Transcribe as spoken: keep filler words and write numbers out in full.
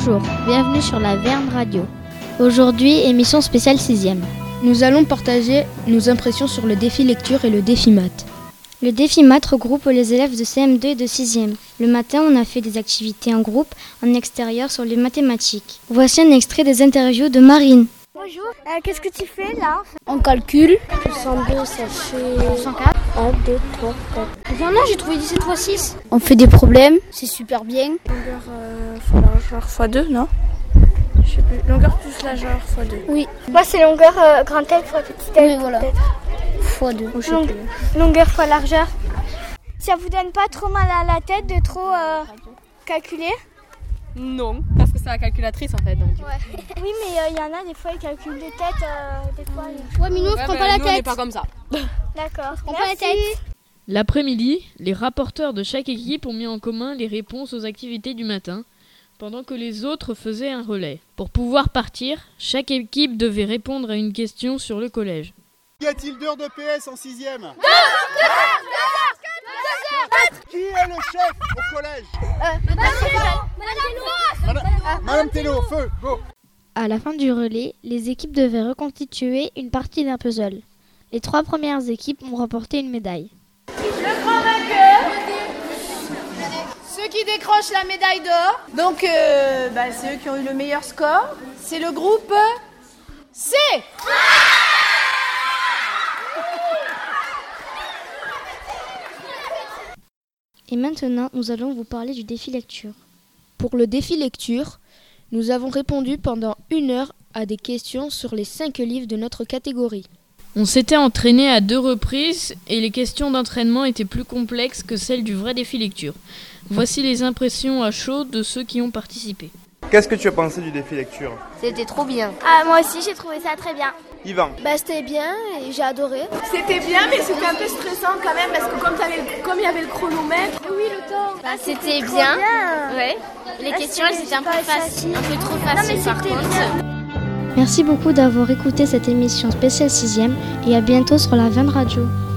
Bonjour, bienvenue sur la Verne Radio. Aujourd'hui, émission spéciale sixième. Nous allons partager nos impressions sur le défi lecture et le défi maths. Le défi maths regroupe les élèves de C M deux et de sixième. Le matin, on a fait des activités en groupe, en extérieur sur les mathématiques. Voici un extrait des interviews de Marine. Bonjour, euh, qu'est-ce que tu fais là? On calcule. cent deux, ça fait cent quatre. un, deux, trois, quatre. Il y en a, j'ai trouvé dix-sept fois six. On fait des problèmes, c'est super bien. Longueur euh, fois largeur fois deux, non? Je sais plus. Longueur plus largeur fois deux. Oui. Moi, c'est longueur euh, grand L fois petit L. Oui, voilà. fois deux. Oh, Long- longueur fois largeur. Ça vous donne pas trop mal à la tête de trop euh, calculer? Non, parce que c'est la calculatrice en fait. Donc. Ouais. Oui, mais il euh, y en a des fois, ils calculent des têtes. Euh, des fois, ils... Ouais, mais nous, on Ouais, se prend bah, pas la nous, tête. on n'est pas comme ça. D'accord. On prend pas la tête. L'après-midi, les rapporteurs de chaque équipe ont mis en commun les réponses aux activités du matin, pendant que les autres faisaient un relais. Pour pouvoir partir, chaque équipe devait répondre à une question sur le collège. Y a-t-il d'heures de P S en sixième? Deux Qui est le chef au collège? Madame, Madame Tello, feu, go. À la fin du relais, les équipes devaient reconstituer une partie d'un puzzle. Les trois premières équipes ont remporté une médaille. Le grand vainqueur, ceux qui décrochent la médaille d'or, donc euh, bah, c'est eux qui ont eu le meilleur score, c'est le groupe C. Et maintenant, nous allons vous parler du défi lecture. Pour le défi lecture, nous avons répondu pendant une heure à des questions sur les cinq livres de notre catégorie. On s'était entraîné à deux reprises et les questions d'entraînement étaient plus complexes que celles du vrai défi lecture. Voici les impressions à chaud de ceux qui ont participé. Qu'est-ce que tu as pensé du défi lecture? C'était trop bien. Ah, moi aussi, j'ai trouvé ça très bien. Yvan. Bah, c'était bien et j'ai adoré. C'était bien, mais c'était un peu stressant quand même, parce que comme t'avais le- comme il y avait le chronomètre, Oui, le temps. Bah, c'était trop bien. bien. Ouais. Les Ah, questions, c'était elles étaient un peu pas faciles, facile. un peu trop Non, mais faciles par c'était contre. bien. Merci beaucoup d'avoir écouté cette émission spéciale sixième et à bientôt sur la Verne Radio.